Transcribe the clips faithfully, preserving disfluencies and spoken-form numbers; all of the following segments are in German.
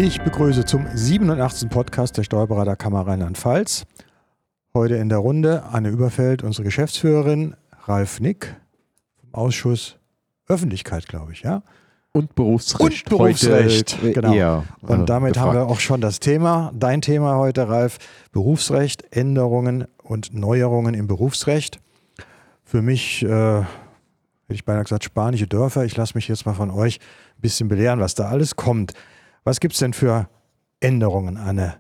Ich begrüße zum siebenundachtzigsten Podcast der Steuerberaterkammer Rheinland-Pfalz. Heute in der Runde Anne Überfeld, unsere Geschäftsführerin, Ralf Nick vom Ausschuss Öffentlichkeit, glaube ich, ja? Und Berufsrecht. Und Berufsrecht, heute, genau. Eher, äh, Und damit gefragt. haben wir auch schon das Thema, dein Thema heute, Ralf, Berufsrecht, Änderungen und Neuerungen im Berufsrecht. Für mich, äh, hätte ich beinahe gesagt, spanische Dörfer. Ich lasse mich jetzt mal von euch ein bisschen belehren, was da alles kommt. Was gibt es denn für Änderungen, Anne?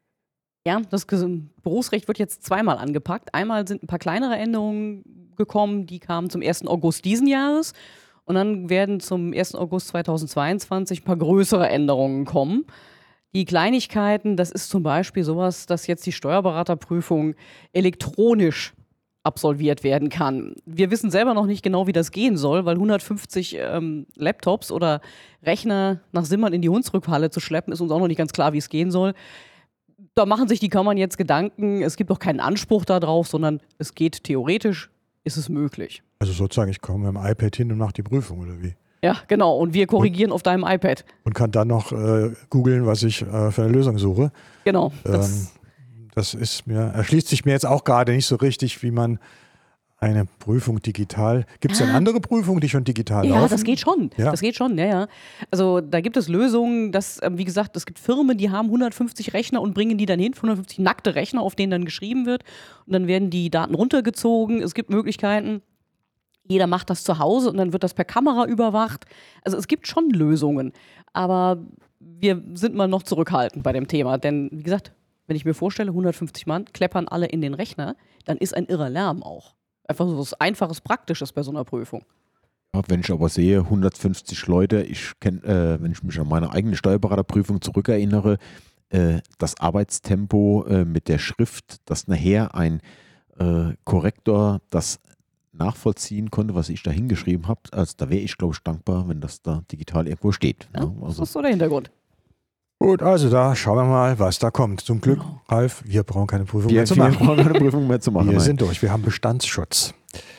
Ja, das Berufsrecht wird jetzt zweimal angepackt. Einmal sind ein paar kleinere Änderungen gekommen, die kamen zum ersten August diesen Jahres. Und dann werden zum ersten August zweitausendzweiundzwanzig ein paar größere Änderungen kommen. Die Kleinigkeiten, das ist zum Beispiel sowas, dass jetzt die Steuerberaterprüfung elektronisch absolviert werden kann. Wir wissen selber noch nicht genau, wie das gehen soll, weil hundertfünfzig ähm, Laptops oder Rechner nach Simmern in die Hunsrückhalle zu schleppen, ist uns auch noch nicht ganz klar, wie es gehen soll. Da machen sich die Kammern jetzt Gedanken. Es gibt auch keinen Anspruch darauf, sondern es geht theoretisch, ist es möglich. Also sozusagen, ich komme mit dem iPad hin und mache die Prüfung, oder wie? Ja, genau. Und wir korrigieren und, auf deinem iPad. Und kann dann noch äh, googeln, was ich äh, für eine Lösung suche. Genau. Das Ähm, das ist mir, erschließt sich mir jetzt auch gerade nicht so richtig, wie man eine Prüfung digital. Gibt es denn Ah. andere Prüfungen, die schon digital Ja, laufen? das geht schon. Ja. Das geht schon, ja, ja. Also da gibt es Lösungen, dass, ähm, wie gesagt, es gibt Firmen, die haben hundertfünfzig Rechner und bringen die dann hin, hundertfünfzig nackte Rechner, auf denen dann geschrieben wird. Und dann werden die Daten runtergezogen. Es gibt Möglichkeiten. Jeder macht das zu Hause und dann wird das per Kamera überwacht. Also es gibt schon Lösungen. Aber wir sind mal noch zurückhaltend bei dem Thema. Denn, wie gesagt, wenn ich mir vorstelle, hundertfünfzig Mann kleppern alle in den Rechner, dann ist ein irrer Lärm auch. Einfach so was Einfaches, Praktisches bei so einer Prüfung. Ja, wenn ich aber sehe, hundertfünfzig Leute, ich kenn, äh, wenn ich mich an meine eigene Steuerberaterprüfung zurückerinnere, äh, das Arbeitstempo äh, mit der Schrift, dass nachher ein äh, Korrektor das nachvollziehen konnte, was ich da hingeschrieben habe, also da wäre ich, glaube ich, dankbar, wenn das da digital irgendwo steht. Ja, Ja, das also, ist so der Hintergrund. Gut, also da schauen wir mal, was da kommt. Zum Glück, Genau. Ralf, wir brauchen keine Prüfung wir mehr zu wir machen. brauchen keine Prüfung mehr zu machen. Wir nein. sind durch, wir haben Bestandsschutz.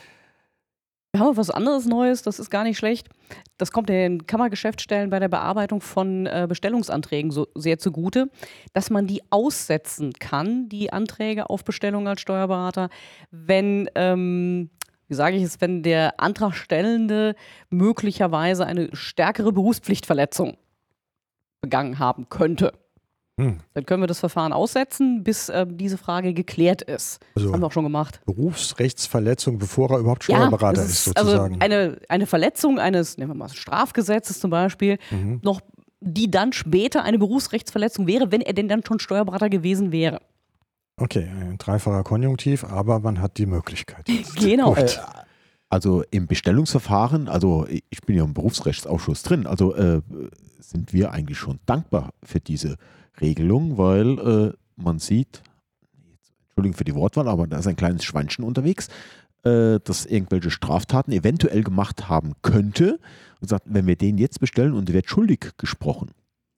Wir haben auch was anderes Neues, das ist gar nicht schlecht. Das kommt den Kammergeschäftsstellen bei der Bearbeitung von äh, Bestellungsanträgen so sehr zugute, dass man die aussetzen kann, die Anträge auf Bestellung als Steuerberater, wenn, ähm, wie sage ich es, wenn der Antragstellende möglicherweise eine stärkere Berufspflichtverletzung begangen haben könnte. Hm. Dann können wir das Verfahren aussetzen, bis äh, diese Frage geklärt ist. Also Das haben wir auch schon gemacht. Berufsrechtsverletzung, bevor er überhaupt Steuerberater es ist, sozusagen. Also eine, eine Verletzung eines, nehmen wir mal Strafgesetzes zum Beispiel, Mhm. noch, die dann später eine Berufsrechtsverletzung wäre, wenn er denn dann schon Steuerberater gewesen wäre. Okay, ein dreifacher Konjunktiv, aber man hat die Möglichkeit. Genau. Gut. Äh, also im Bestellungsverfahren, also ich bin ja im Berufsrechtsausschuss drin, also äh, sind wir eigentlich schon dankbar für diese Regelung, weil äh, man sieht, Entschuldigung für die Wortwahl, aber da ist ein kleines Schweinchen unterwegs, äh, das irgendwelche Straftaten eventuell gemacht haben könnte und sagt, wenn wir den jetzt bestellen und der wird schuldig gesprochen,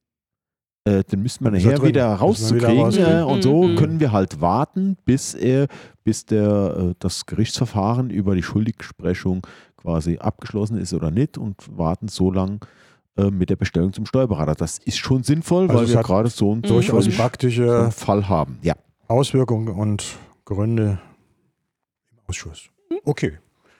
äh, dann müssten wir Dann ist er nachher drin. wieder Müssen wir rauszukriegen wieder rauskriegen. äh, und so Mhm. können wir halt warten, bis er, bis der, äh, das Gerichtsverfahren über die Schuldigsprechung quasi abgeschlossen ist oder nicht und warten so lange äh, mit der Bestellung zum Steuerberater. Das ist schon sinnvoll, Also weil es wir hat gerade so einen, Durchaus Mhm. so praktische einen Fall haben. Ja. Auswirkungen und Gründe im Ausschuss. Okay.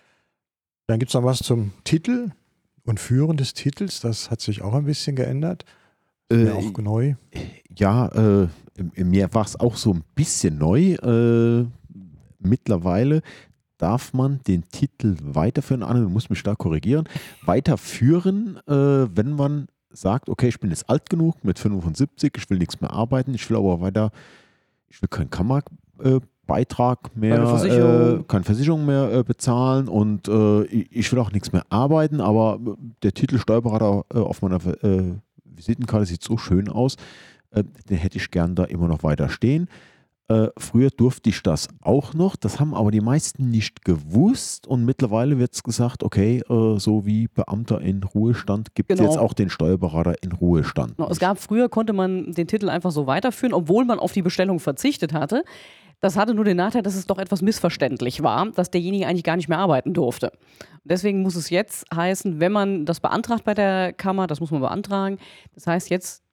Dann gibt es noch was zum Titel und Führen des Titels. Das hat sich auch ein bisschen geändert. Äh, Ja, auch neu. Ja, äh, mir war es auch so ein bisschen neu. Äh, mittlerweile darf man den Titel weiterführen, Anne, du musst mich da korrigieren, weiterführen, äh, wenn man sagt, okay, ich bin jetzt alt genug mit fünfundsiebzig, ich will nichts mehr arbeiten, ich will aber weiter, ich will keinen Kammerbeitrag mehr, Keine Versicherung. äh, keine Versicherung mehr äh, bezahlen und äh, ich will auch nichts mehr arbeiten, aber der Titel Steuerberater äh, auf meiner äh, Visitenkarte sieht so schön aus, äh, den hätte ich gern da immer noch weiter stehen. Äh, früher durfte ich das auch noch, das haben aber die meisten nicht gewusst und mittlerweile wird es gesagt, okay, äh, so wie Beamter in Ruhestand gibt es Genau. jetzt auch den Steuerberater in Ruhestand. Genau, es gab früher, konnte man den Titel einfach so weiterführen, obwohl man auf die Bestellung verzichtet hatte. Das hatte nur den Nachteil, dass es doch etwas missverständlich war, dass derjenige eigentlich gar nicht mehr arbeiten durfte. Deswegen muss es jetzt heißen, wenn man das beantragt bei der Kammer, das muss man beantragen, das heißt jetzt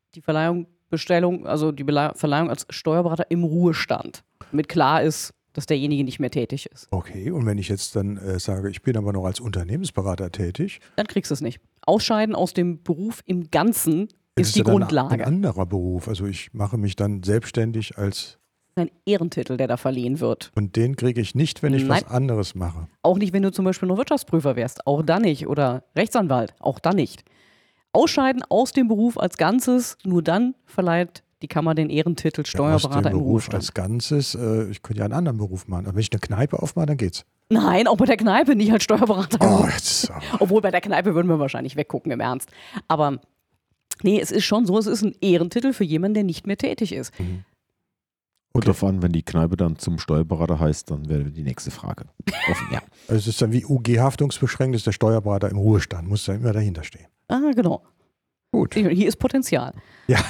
die Verleihung, Bestellung, also die Bele- Verleihung als Steuerberater im Ruhestand. Damit klar ist, dass derjenige nicht mehr tätig ist. Okay, und wenn ich jetzt dann äh, sage, ich bin aber noch als Unternehmensberater tätig, Dann kriegst du es nicht. Ausscheiden aus dem Beruf im Ganzen das ist die ja dann Grundlage. ein anderer Beruf. Also ich mache mich dann selbstständig als, Ein Ehrentitel, der da verliehen wird. und den kriege ich nicht, wenn ich Nein. was anderes mache. Auch nicht, wenn du zum Beispiel nur Wirtschaftsprüfer wärst. Auch dann nicht. Oder Rechtsanwalt. Auch dann nicht. Ausscheiden aus dem Beruf als Ganzes, nur dann verleiht die Kammer den Ehrentitel Steuerberater Aus dem im Beruf Ruhestand. als Ganzes, äh, ich könnte ja einen anderen Beruf machen. Aber wenn ich eine Kneipe aufmache, dann geht's. Nein, auch bei der Kneipe nicht als Steuerberater. Oh, jetzt, Obwohl bei der Kneipe würden wir wahrscheinlich weggucken, im Ernst. Aber nee, es ist schon so, es ist ein Ehrentitel für jemanden, der nicht mehr tätig ist. Mhm. Und Okay. davon, wenn die Kneipe dann zum Steuerberater heißt, dann wäre die nächste Frage offen. Ja. Also es ist dann wie U G-haftungsbeschränkt, ist der Steuerberater im Ruhestand, muss da immer dahinter stehen. Ah, genau. Gut. Hier ist Potenzial. Ja.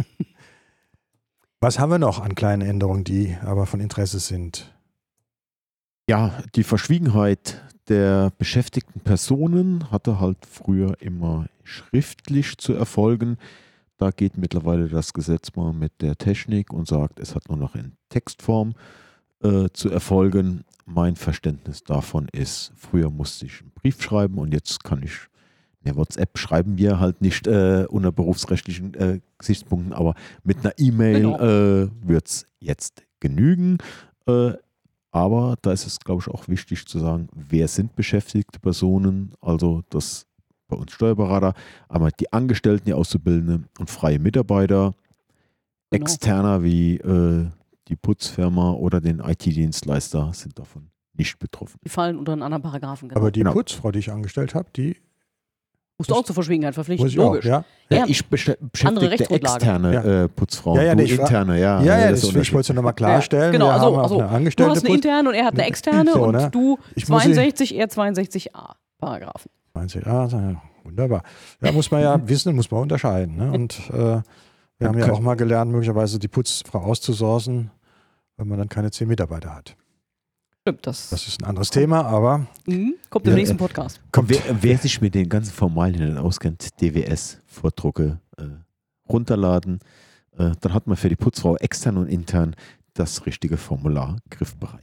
Was haben wir noch an kleinen Änderungen, die aber von Interesse sind? Ja, die Verschwiegenheit der beschäftigten Personen hatte halt früher immer schriftlich zu erfolgen. Da geht mittlerweile das Gesetz mal mit der Technik und sagt, es hat nur noch in Textform äh, zu erfolgen. Mein Verständnis davon ist, früher musste ich einen Brief schreiben und jetzt kann ich, ne, WhatsApp schreiben wir halt nicht äh, unter berufsrechtlichen äh, Gesichtspunkten, aber mit einer E-Mail Genau. äh, wird es jetzt genügen. Äh, aber da ist es, glaube ich, auch wichtig zu sagen, wer sind beschäftigte Personen, also das bei uns Steuerberater, einmal die Angestellten, die Auszubildenden und freie Mitarbeiter, Genau. Externer wie äh, die Putzfirma oder den I T-Dienstleister sind davon nicht betroffen. Die fallen unter einen anderen Paragraphen. Genau. Aber die Genau. Putzfrau, die ich angestellt habe, die musst du auch zur Verschwiegenheit verpflichten. muss ich auch, Logisch. ja? Ja, ich beschä- andere beschäftige Rechtsgrundlage. externe Ja. äh, Putzfrauen, Ja, ja, du nee, ich war- interne, ja. Ja, ja, äh, das, ist ich Unterschied. wollte es nur nochmal klarstellen. Genau, wir also- haben auch also, eine Du Angestellte hast eine Putz- interne und er hat eine externe So, und ne? du Ich muss sie- zweiundsechzig, er zweiundsechzig a Paragraphen. zwanzig, ah, ja, wunderbar. Ja, muss man ja wissen, muss man unterscheiden. Ne? Und äh, wir haben ja können- auch mal gelernt, möglicherweise die Putzfrau auszusourcen, wenn man dann keine zehn Mitarbeiter hat. Stimmt, das, Das ist ein anderes Thema, aber mhm, kommt im Ja, nächsten äh, Podcast. kommt. Wer, wer sich mit den ganzen Formalien auskennt, D W S, Vordrucke, äh, runterladen, äh, dann hat man für die Putzfrau extern und intern das richtige Formular griffbereit.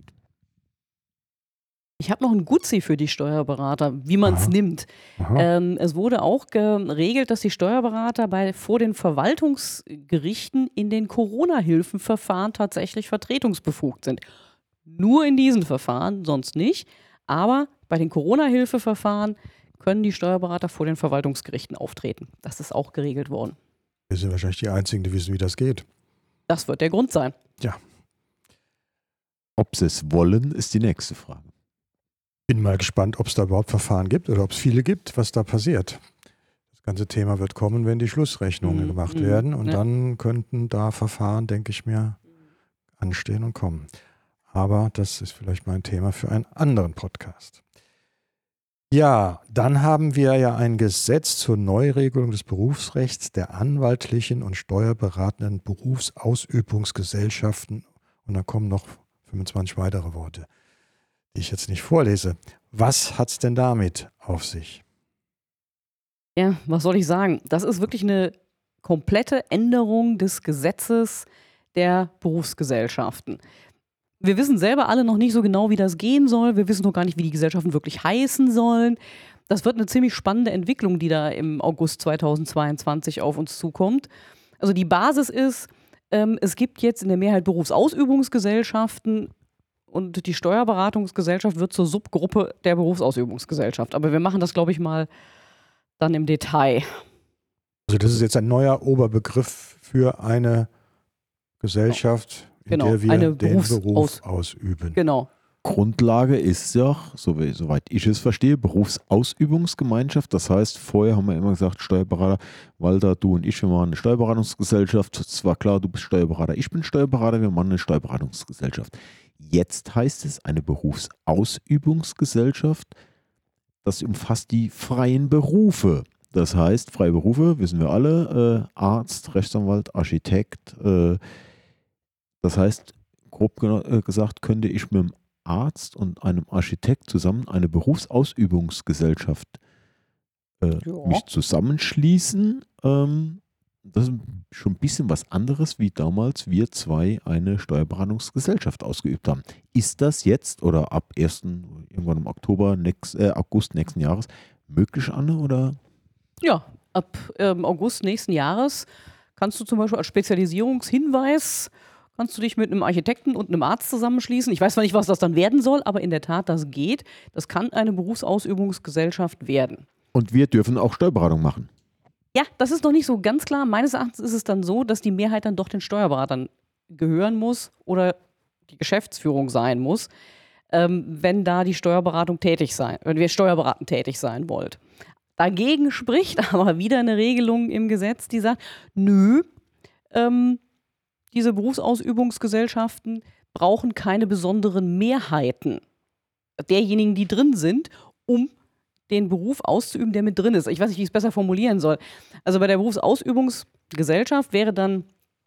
Ich habe noch ein Gutzi für die Steuerberater, wie man es Aha. nimmt. Aha. Ähm, es wurde auch geregelt, dass die Steuerberater bei, vor den Verwaltungsgerichten in den Corona-Hilfenverfahren tatsächlich vertretungsbefugt sind. Nur in diesen Verfahren, sonst nicht. Aber bei den Corona-Hilfeverfahren können die Steuerberater vor den Verwaltungsgerichten auftreten. Das ist auch geregelt worden. Wir sind wahrscheinlich die Einzigen, die wissen, wie das geht. Das wird der Grund sein. Ob sie es wollen, ist die nächste Frage. Bin mal gespannt, ob es da überhaupt Verfahren gibt oder ob es viele gibt, was da passiert. Das ganze Thema wird kommen, wenn die Schlussrechnungen Mhm, gemacht mhm, werden. Und ja. dann könnten da Verfahren, denke ich mir, anstehen und kommen. Aber das ist vielleicht mal ein Thema für einen anderen Podcast. Ja, dann haben wir ja ein Gesetz zur Neuregelung des Berufsrechts der anwaltlichen und steuerberatenden Berufsausübungsgesellschaften. Und da kommen noch fünfundzwanzig weitere Worte, die ich jetzt nicht vorlese. Was hat es denn damit auf sich? Ja, was soll ich sagen? Das ist wirklich eine komplette Änderung des Gesetzes der Berufsgesellschaften. Wir wissen selber alle noch nicht so genau, wie das gehen soll. Wir wissen noch gar nicht, wie die Gesellschaften wirklich heißen sollen. Das wird eine ziemlich spannende Entwicklung, die da im August zweitausendzweiundzwanzig auf uns zukommt. Also die Basis ist, ähm, es gibt jetzt in der Mehrheit Berufsausübungsgesellschaften und die Steuerberatungsgesellschaft wird zur Subgruppe der Berufsausübungsgesellschaft. Aber wir machen das, glaube ich, mal dann im Detail. Also das ist jetzt ein neuer Oberbegriff für eine Gesellschaft, in Genau, der wir eine den Berufsaus- Beruf ausüben. Genau. Grundlage ist ja, so wie, soweit ich es verstehe, Berufsausübungsgemeinschaft. Das heißt, vorher haben wir immer gesagt, Steuerberater, Walter, du und ich, wir machen eine Steuerberatungsgesellschaft. Es war klar, du bist Steuerberater, ich bin Steuerberater, wir machen eine Steuerberatungsgesellschaft. Jetzt heißt es eine Berufsausübungsgesellschaft. Das umfasst die freien Berufe. Das heißt, freie Berufe, wissen wir alle, äh, Arzt, Rechtsanwalt, Architekt. Äh, das heißt, grob gena- äh, gesagt, könnte ich mit einem Arzt und einem Architekt zusammen eine Berufsausübungsgesellschaft äh, Ja. mich zusammenschließen. Ähm, Das ist schon ein bisschen was anderes, wie damals wir zwei eine Steuerberatungsgesellschaft ausgeübt haben. Ist das jetzt oder ab ersten irgendwann im Oktober, nächst, äh, August nächsten Jahres möglich, Anne? Oder? Ja, ab ähm, August nächsten Jahres kannst du zum Beispiel als Spezialisierungshinweis, kannst du dich mit einem Architekten und einem Arzt zusammenschließen. Ich weiß zwar nicht, was das dann werden soll, aber in der Tat, das geht. Das kann eine Berufsausübungsgesellschaft werden. Und wir dürfen auch Steuerberatung machen. Ja, das ist noch nicht so ganz klar. Meines Erachtens ist es dann so, dass die Mehrheit dann doch den Steuerberatern gehören muss oder die Geschäftsführung sein muss, ähm, wenn da die Steuerberatung tätig sein, wenn wir steuerberatend tätig sein wollt. Dagegen spricht aber wieder eine Regelung im Gesetz, die sagt, nö, ähm, diese Berufsausübungsgesellschaften brauchen keine besonderen Mehrheiten derjenigen, die drin sind, um den Beruf auszuüben, der mit drin ist. Ich weiß nicht, wie ich es besser formulieren soll. Also bei der Berufsausübungsgesellschaft wäre dann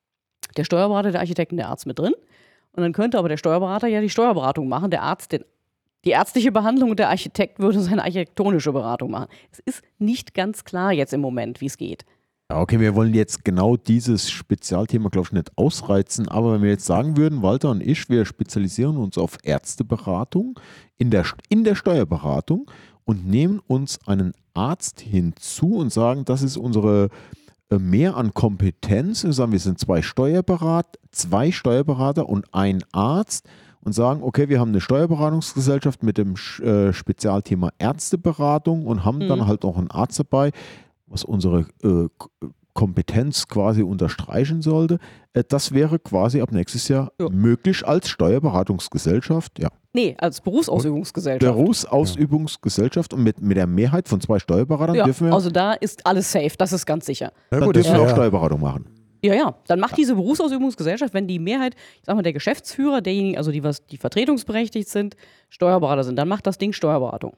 der Steuerberater, der Architekt und der Arzt mit drin. Und dann könnte aber der Steuerberater ja die Steuerberatung machen, der Arzt den, die ärztliche Behandlung und der Architekt würde seine architektonische Beratung machen. Es ist nicht ganz klar jetzt im Moment, wie es geht. Ja, okay, wir wollen jetzt genau dieses Spezialthema, glaube ich, nicht ausreizen, aber wenn wir jetzt sagen würden, Walter und ich, wir spezialisieren uns auf Ärzteberatung in der, in der Steuerberatung und nehmen uns einen Arzt hinzu und sagen, das ist unsere äh, mehr an Kompetenz. Wir sagen, wir sind zwei Steuerberater, zwei Steuerberater und ein Arzt und sagen, okay, wir haben eine Steuerberatungsgesellschaft mit dem äh, Spezialthema Ärzteberatung und haben mhm. dann halt auch einen Arzt dabei, was unsere äh, Kompetenz quasi unterstreichen sollte. Äh, das wäre quasi ab nächstes Jahr ja. möglich als Steuerberatungsgesellschaft. Ja. Nee, als Berufsausübungsgesellschaft. Berufsausübungsgesellschaft und mit, mit der Mehrheit von zwei Steuerberatern ja, dürfen wir. Also da ist alles safe, das ist ganz sicher. Ja, dann gut, dürfen wir auch Steuerberatung machen. Ja, ja. Dann macht ja. diese Berufsausübungsgesellschaft, wenn die Mehrheit, ich sag mal, der Geschäftsführer, derjenigen, also die, was, die vertretungsberechtigt sind, Steuerberater sind, dann macht das Ding Steuerberatung.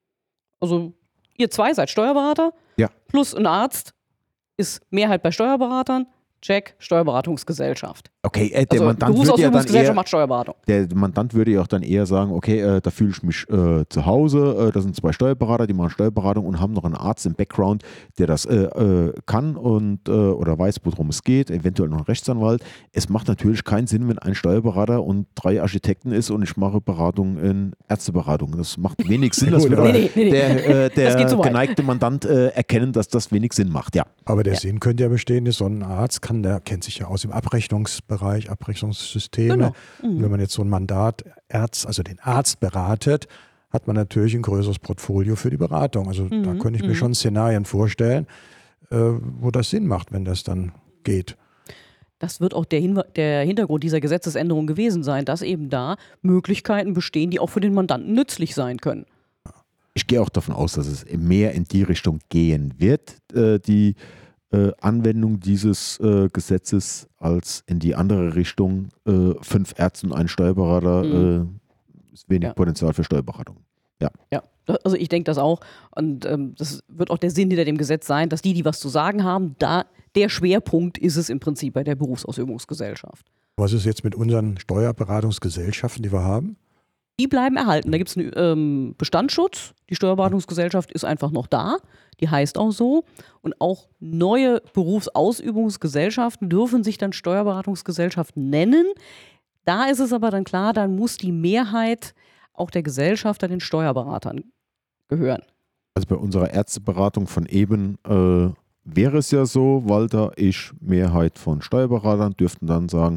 Also ihr zwei seid Steuerberater ja. plus ein Arzt ist Mehrheit bei Steuerberatern. Check, Steuerberatungsgesellschaft. Okay, äh, der also Mandant würde ja dann eher, macht Steuerberatung. Der Mandant würde ja auch dann eher sagen, okay, äh, da fühle ich mich äh, zu Hause, äh, da sind zwei Steuerberater, die machen Steuerberatung und haben noch einen Arzt im Background, der das äh, äh, kann und äh, oder weiß, worum es geht, eventuell noch einen Rechtsanwalt. Es macht natürlich keinen Sinn, wenn ein Steuerberater und drei Architekten ist und ich mache Beratung in Ärzteberatung. Das macht wenig Sinn, dass wir nee, nee, nee, der, äh, der geneigte Mandant äh, erkennen, dass das wenig Sinn macht. Ja. Aber der ja. Sinn könnte ja bestehen, so ein Arzt kann, der kennt sich ja aus im Abrechnungsbereich, Abrechnungssysteme. Genau. Mhm. Wenn man jetzt so ein Mandat, Arzt, also den Arzt beratet, hat man natürlich ein größeres Portfolio für die Beratung. Also mhm. da könnte ich mir mhm. schon Szenarien vorstellen, äh, wo das Sinn macht, wenn das dann geht. Das wird auch der, Hinwe- der Hintergrund dieser Gesetzesänderung gewesen sein, dass eben da Möglichkeiten bestehen, die auch für den Mandanten nützlich sein können. Ich gehe auch davon aus, dass es mehr in die Richtung gehen wird, äh, die äh, Anwendung dieses äh, Gesetzes, als in die andere Richtung. Äh, fünf Ärzte und ein Steuerberater mhm. äh, ist wenig ja. Potenzial für Steuerberatung. Ja, ja. Also ich denke das auch. Und ähm, das wird auch der Sinn hinter dem Gesetz sein, dass die, die was zu sagen haben, da der Schwerpunkt ist es im Prinzip bei der Berufsausübungsgesellschaft. Was ist jetzt mit unseren Steuerberatungsgesellschaften, die wir haben? Die bleiben erhalten. Da gibt es einen ähm, Bestandsschutz. Die Steuerberatungsgesellschaft ist einfach noch da. Die heißt auch so. Und auch neue Berufsausübungsgesellschaften dürfen sich dann Steuerberatungsgesellschaften nennen. Da ist es aber dann klar, dann muss die Mehrheit auch der Gesellschafter den Steuerberatern gehören. Also bei unserer Ärzteberatung von eben äh, wäre es ja so, Walter, ich, Mehrheit von Steuerberatern, dürften dann sagen,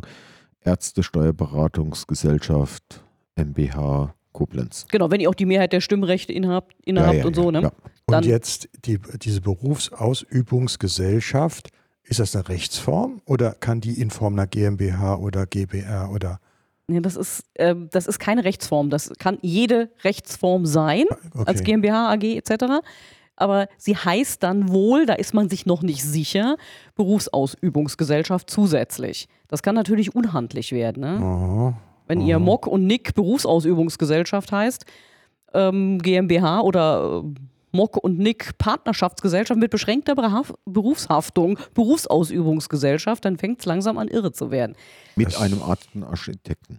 Ärzte-Steuerberatungsgesellschaft M B H Koblenz. Genau, wenn ihr auch die Mehrheit der Stimmrechte innehabt, innehabt ja, ja, und so. Ne? Ja. Dann und jetzt die, diese Berufsausübungsgesellschaft, ist das eine Rechtsform oder kann die in Form einer GmbH oder GbR oder? Nee, das ist, äh, das ist keine Rechtsform. Das kann jede Rechtsform sein, okay. als GmbH, A G et cetera. Aber sie heißt dann wohl, da ist man sich noch nicht sicher, Berufsausübungsgesellschaft zusätzlich. Das kann natürlich unhandlich werden. Ne? Oh. Wenn ihr Mock und Nick Berufsausübungsgesellschaft heißt, ähm, GmbH oder äh, Mock und Nick Partnerschaftsgesellschaft mit beschränkter Beruf- Berufshaftung, Berufsausübungsgesellschaft, dann fängt es langsam an irre zu werden. Mit das einem Architekten.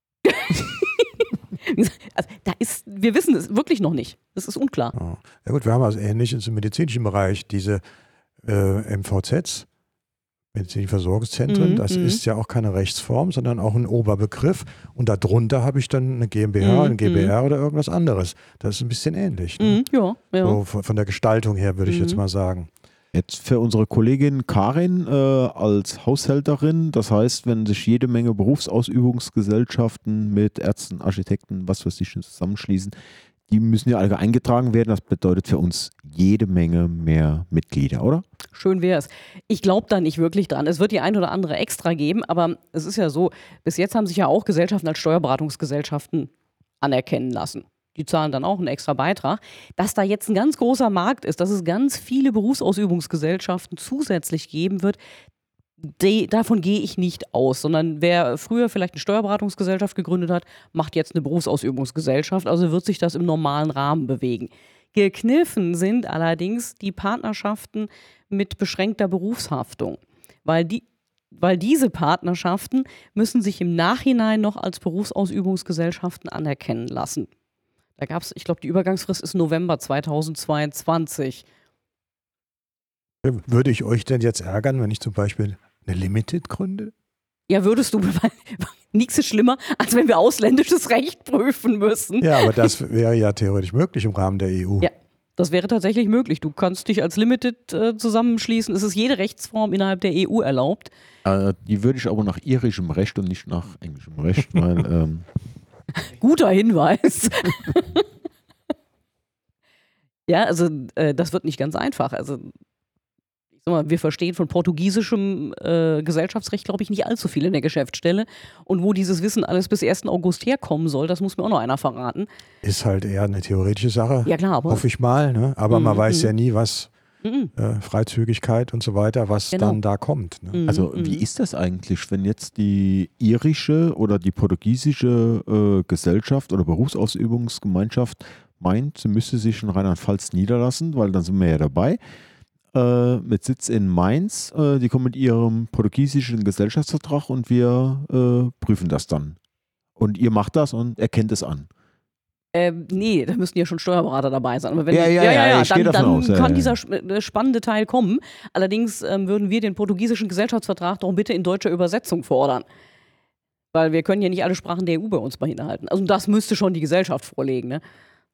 Also, da ist, wir wissen es wirklich noch nicht. Das ist unklar. Ja, ja gut, wir haben also Ähnliches im medizinischen Bereich, diese äh, M V Zs, Medizinversorgungszentren, Mhm, das mhm. ist ja auch keine Rechtsform, sondern auch ein Oberbegriff. Und darunter habe ich dann eine GmbH, Mhm, ein GbR oder irgendwas anderes. Das ist ein bisschen ähnlich. Ne? Mhm, ja, ja. So von, von der Gestaltung her würde ich Mhm. jetzt mal sagen. Jetzt für unsere Kollegin Karin äh, als Haushälterin, das heißt, wenn sich jede Menge Berufsausübungsgesellschaften mit Ärzten, Architekten, was weiß ich, zusammenschließen, die müssen ja alle eingetragen werden. Das bedeutet für uns jede Menge mehr Mitglieder, oder? Schön wäre es. Ich glaube da nicht wirklich dran. Es wird die ein oder andere extra geben, aber es ist ja so, bis jetzt haben sich ja auch Gesellschaften als Steuerberatungsgesellschaften anerkennen lassen. Die zahlen dann auch einen extra Beitrag. Dass da jetzt ein ganz großer Markt ist, dass es ganz viele Berufsausübungsgesellschaften zusätzlich geben wird, de, davon gehe ich nicht aus, sondern wer früher vielleicht eine Steuerberatungsgesellschaft gegründet hat, macht jetzt eine Berufsausübungsgesellschaft, also wird sich das im normalen Rahmen bewegen. Gekniffen sind allerdings die Partnerschaften mit beschränkter Berufshaftung, weil, die, weil diese Partnerschaften müssen sich im Nachhinein noch als Berufsausübungsgesellschaften anerkennen lassen. Da gab es, ich glaube, die Übergangsfrist ist November zweitausendzweiundzwanzig. Würde ich euch denn jetzt ärgern, wenn ich zum Beispiel eine Limited gründe? Ja, würdest du, weil nichts ist schlimmer, als wenn wir ausländisches Recht prüfen müssen. Ja, aber das wäre ja theoretisch möglich im Rahmen der E U. Ja. Das wäre tatsächlich möglich. Du kannst dich als Limited äh, zusammenschließen. Es ist jede Rechtsform innerhalb der E U erlaubt. Äh, die würde ich aber nach irischem Recht und nicht nach englischem Recht, weil ähm, Guter Hinweis. Ja, also äh, das wird nicht ganz einfach. Also ich sag mal, wir verstehen von portugiesischem äh, Gesellschaftsrecht, glaube ich, nicht allzu viel in der Geschäftsstelle. Und wo dieses Wissen alles bis ersten August herkommen soll, das muss mir auch noch einer verraten. Ist halt eher eine theoretische Sache, Ja klar, aber hoffe ich mal. Ne? Aber man Mhm, weiß mhm. ja nie, was Mhm. äh, Freizügigkeit und so weiter, was Genau. dann da kommt. Ne? Mhm, also mhm. wie ist das eigentlich, wenn jetzt die irische oder die portugiesische äh, Gesellschaft oder Berufsausübungsgemeinschaft meint, sie müsste sich in Rheinland-Pfalz niederlassen, weil dann sind wir ja dabei, äh, mit Sitz in Mainz, äh, die kommen mit ihrem portugiesischen Gesellschaftsvertrag und wir äh, prüfen das dann. Und ihr macht das und erkennt es an. Ähm, nee, da müssten ja schon Steuerberater dabei sein. Aber wenn, Ja, ja, ja, ich dann, gehe davon dann aus, ja, kann ja. dieser sp- äh, spannende Teil kommen. Allerdings ähm, würden wir den portugiesischen Gesellschaftsvertrag doch bitte in deutscher Übersetzung fordern. Weil wir können ja nicht alle Sprachen der E U bei uns beinhalten. Also das müsste schon die Gesellschaft vorlegen. Ne?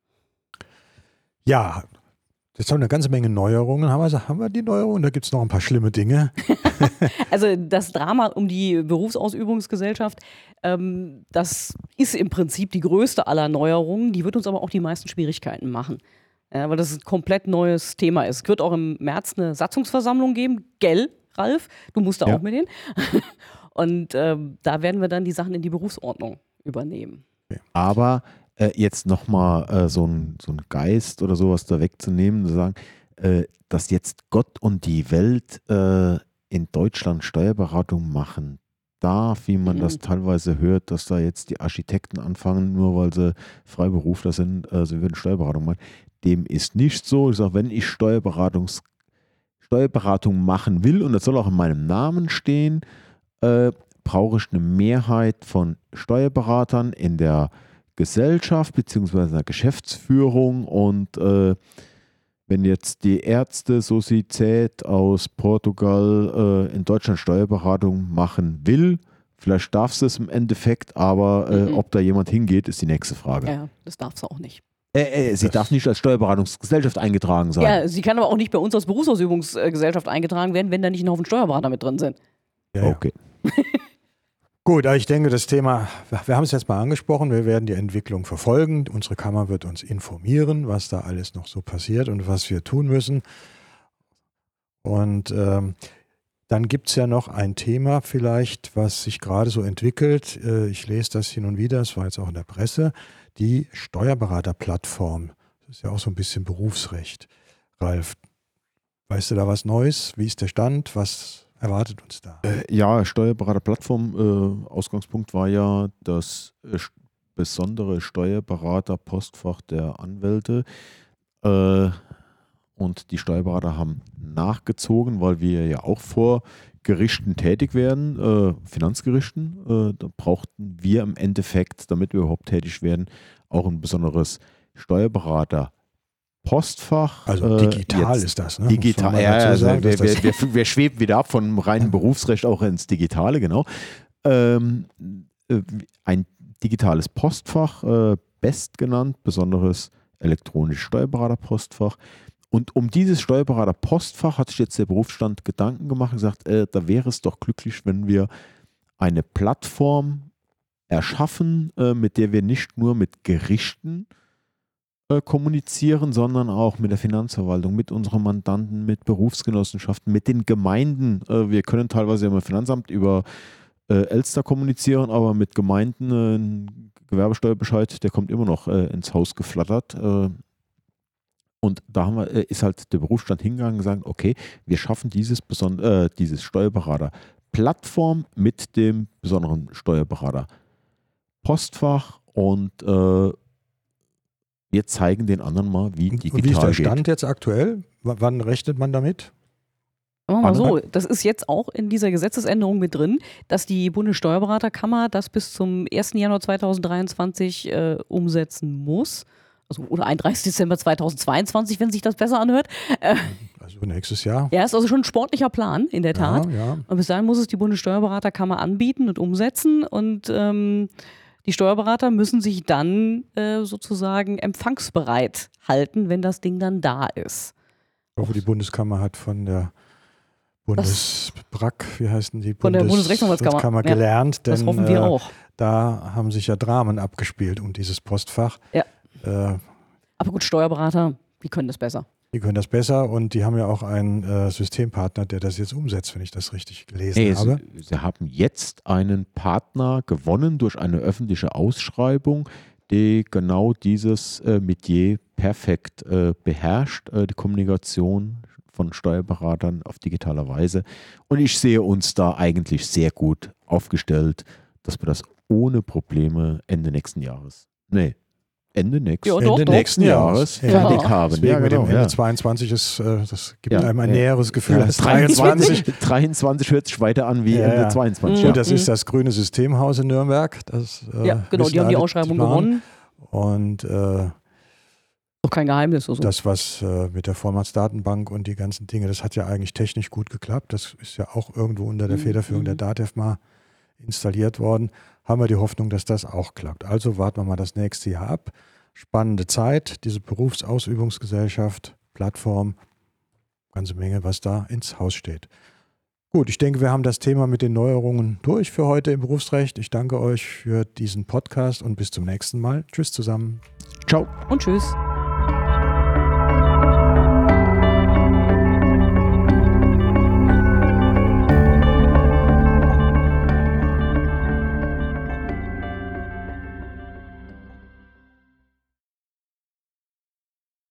Ja, das ist doch eine ganze Menge Neuerungen. Haben wir, haben wir die Neuerungen? Da gibt es noch ein paar schlimme Dinge. Also das Drama um die Berufsausübungsgesellschaft, ähm, das ist im Prinzip die größte aller Neuerungen. Die wird uns aber auch die meisten Schwierigkeiten machen. Ja, weil das ein komplett neues Thema ist. Es wird auch im März eine Satzungsversammlung geben. Gell, Ralf? Du musst da Ja. auch mit hin. Und ähm, da werden wir dann die Sachen in die Berufsordnung übernehmen. Aber äh, jetzt nochmal äh, so ein so ein Geist oder sowas da wegzunehmen, zu sagen, äh, dass jetzt Gott und die Welt äh, in Deutschland Steuerberatung machen darf, wie man Mhm. das teilweise hört, dass da jetzt die Architekten anfangen, nur weil sie Freiberufler sind, äh, sie würden Steuerberatung machen. Dem ist nicht so. Ich sage, wenn ich Steuerberatungs Steuerberatung machen will, und das soll auch in meinem Namen stehen, äh, brauche ich eine Mehrheit von Steuerberatern in der Gesellschaft bzw. in der Geschäftsführung. Und äh, wenn jetzt die Ärzte-Sozietät aus Portugal äh, in Deutschland Steuerberatung machen will, vielleicht darf sie es im Endeffekt, aber äh, Mhm. ob da jemand hingeht, ist die nächste Frage. Ja, das darf sie auch nicht. Äh, äh, sie Das- darf nicht als Steuerberatungsgesellschaft eingetragen sein. Ja, sie kann aber auch nicht bei uns als Berufsausübungsgesellschaft eingetragen werden, wenn da nicht ein Haufen Steuerberater mit drin sind. Ja, ja. Okay. Gut, aber ich denke, das Thema, wir haben es jetzt mal angesprochen, wir werden die Entwicklung verfolgen. Unsere Kammer wird uns informieren, was da alles noch so passiert und was wir tun müssen. Und ähm, dann gibt es ja noch ein Thema vielleicht, was sich gerade so entwickelt. Äh, ich lese das hin und wieder, es war jetzt auch in der Presse, die Steuerberaterplattform. Das ist ja auch so ein bisschen Berufsrecht. Ralf, weißt du da was Neues? Wie ist der Stand? Was erwartet uns da? Äh, ja, Steuerberaterplattform, äh, Ausgangspunkt war ja das äh, st- besondere Steuerberater-Postfach der Anwälte. Äh, und die Steuerberater haben nachgezogen, weil wir ja auch vor Gerichten tätig werden, äh, Finanzgerichten. Äh, da brauchten wir im Endeffekt, damit wir überhaupt tätig werden, auch ein besonderes Steuerberater Postfach. Also äh, digital jetzt ist das, ne? Digital, Muss man mal ja, dazu also sagen, wir, dass das- wir, wir, wir schweben wieder ab vom reinen Berufsrecht auch ins Digitale, genau. Ähm, äh, ein digitales Postfach, äh, BEST genannt, besonderes elektronisches Steuerberaterpostfach. Und um dieses Steuerberaterpostfach hat sich jetzt der Berufsstand Gedanken gemacht und gesagt, äh, da wäre es doch glücklich, wenn wir eine Plattform erschaffen, äh, mit der wir nicht nur mit Gerichten äh, kommunizieren, sondern auch mit der Finanzverwaltung, mit unseren Mandanten, mit Berufsgenossenschaften, mit den Gemeinden. Äh, wir können teilweise im Finanzamt über äh, Elster kommunizieren, aber mit Gemeinden äh, ein Gewerbesteuerbescheid, der kommt immer noch äh, ins Haus geflattert. Äh, und da haben wir, äh, ist halt der Berufsstand hingegangen und gesagt, okay, wir schaffen dieses, beson- äh, dieses Steuerberater-Plattform mit dem besonderen Steuerberater-Postfach und äh, wir zeigen den anderen mal, wie Und digital wie ist der geht. Stand jetzt aktuell? W wann rechnet man damit? Sagen wir mal so, Anderthalb? das ist jetzt auch in dieser Gesetzesänderung mit drin, dass die Bundessteuerberaterkammer das bis zum ersten Januar zweitausenddreiundzwanzig äh, umsetzen muss. Also, oder einunddreißigsten Dezember zweitausendzweiundzwanzig, wenn sich das besser anhört. Äh, Also nächstes Jahr? ja, ist also schon ein sportlicher Plan, in der Tat. Ja, ja. Und bis dahin muss es die Bundessteuerberaterkammer anbieten und umsetzen. Und ähm, die Steuerberater müssen sich dann äh, sozusagen empfangsbereit halten, wenn das Ding dann da ist. Ich hoffe, die Bundeskammer hat von der Bundesbrack, wie heißen die? Von der Bundesrechtsanwaltskammer. Ja, gelernt, denn Das hoffen wir äh, auch. da haben sich ja Dramen abgespielt um dieses Postfach. Ja. Äh, Aber gut, Steuerberater, die können das besser. die können das besser und die haben ja auch einen äh, Systempartner, der das jetzt umsetzt, wenn ich das richtig gelesen Nee, habe. sie, sie haben jetzt einen Partner gewonnen durch eine öffentliche Ausschreibung, die genau dieses äh, Metier perfekt äh, beherrscht, äh, die Kommunikation von Steuerberatern auf digitaler Weise. Und ich sehe uns da eigentlich sehr gut aufgestellt, dass wir das ohne Probleme Ende nächsten Jahres, nee, Ende, nächst, Ja, Ende doch, doch. nächsten Jahres Ja. fertig Ja. haben. Deswegen Ja, mit dem genau, Ende ja. zweiundzwanzig ist, äh, das gibt Ja, einem ein ja. näheres Gefühl Ja, als dreiundzwanzig. dreiundzwanzig hört sich weiter an wie Ja, Ende ja. zweiundzwanzig. Mhm. Ja. Und das ist das Grüne Systemhaus in Nürnberg. Das, äh, Ja, genau, wissen die haben die alle, Ausschreibung planen. gewonnen. Und äh, Doch kein Geheimnis. Also. das, was äh, mit der Vorratsdatenbank und die ganzen Dinge, das hat ja eigentlich technisch gut geklappt. Das ist ja auch irgendwo unter der Mhm. Federführung der DATEV mal installiert worden. Haben wir die Hoffnung, dass das auch klappt. Also warten wir mal das nächste Jahr ab. Spannende Zeit, diese Berufsausübungsgesellschaft, Plattform, ganze Menge, was da ins Haus steht. Gut, ich denke, wir haben das Thema mit den Neuerungen durch für heute im Berufsrecht. Ich danke euch für diesen Podcast und bis zum nächsten Mal. Tschüss zusammen. Ciao. Und tschüss.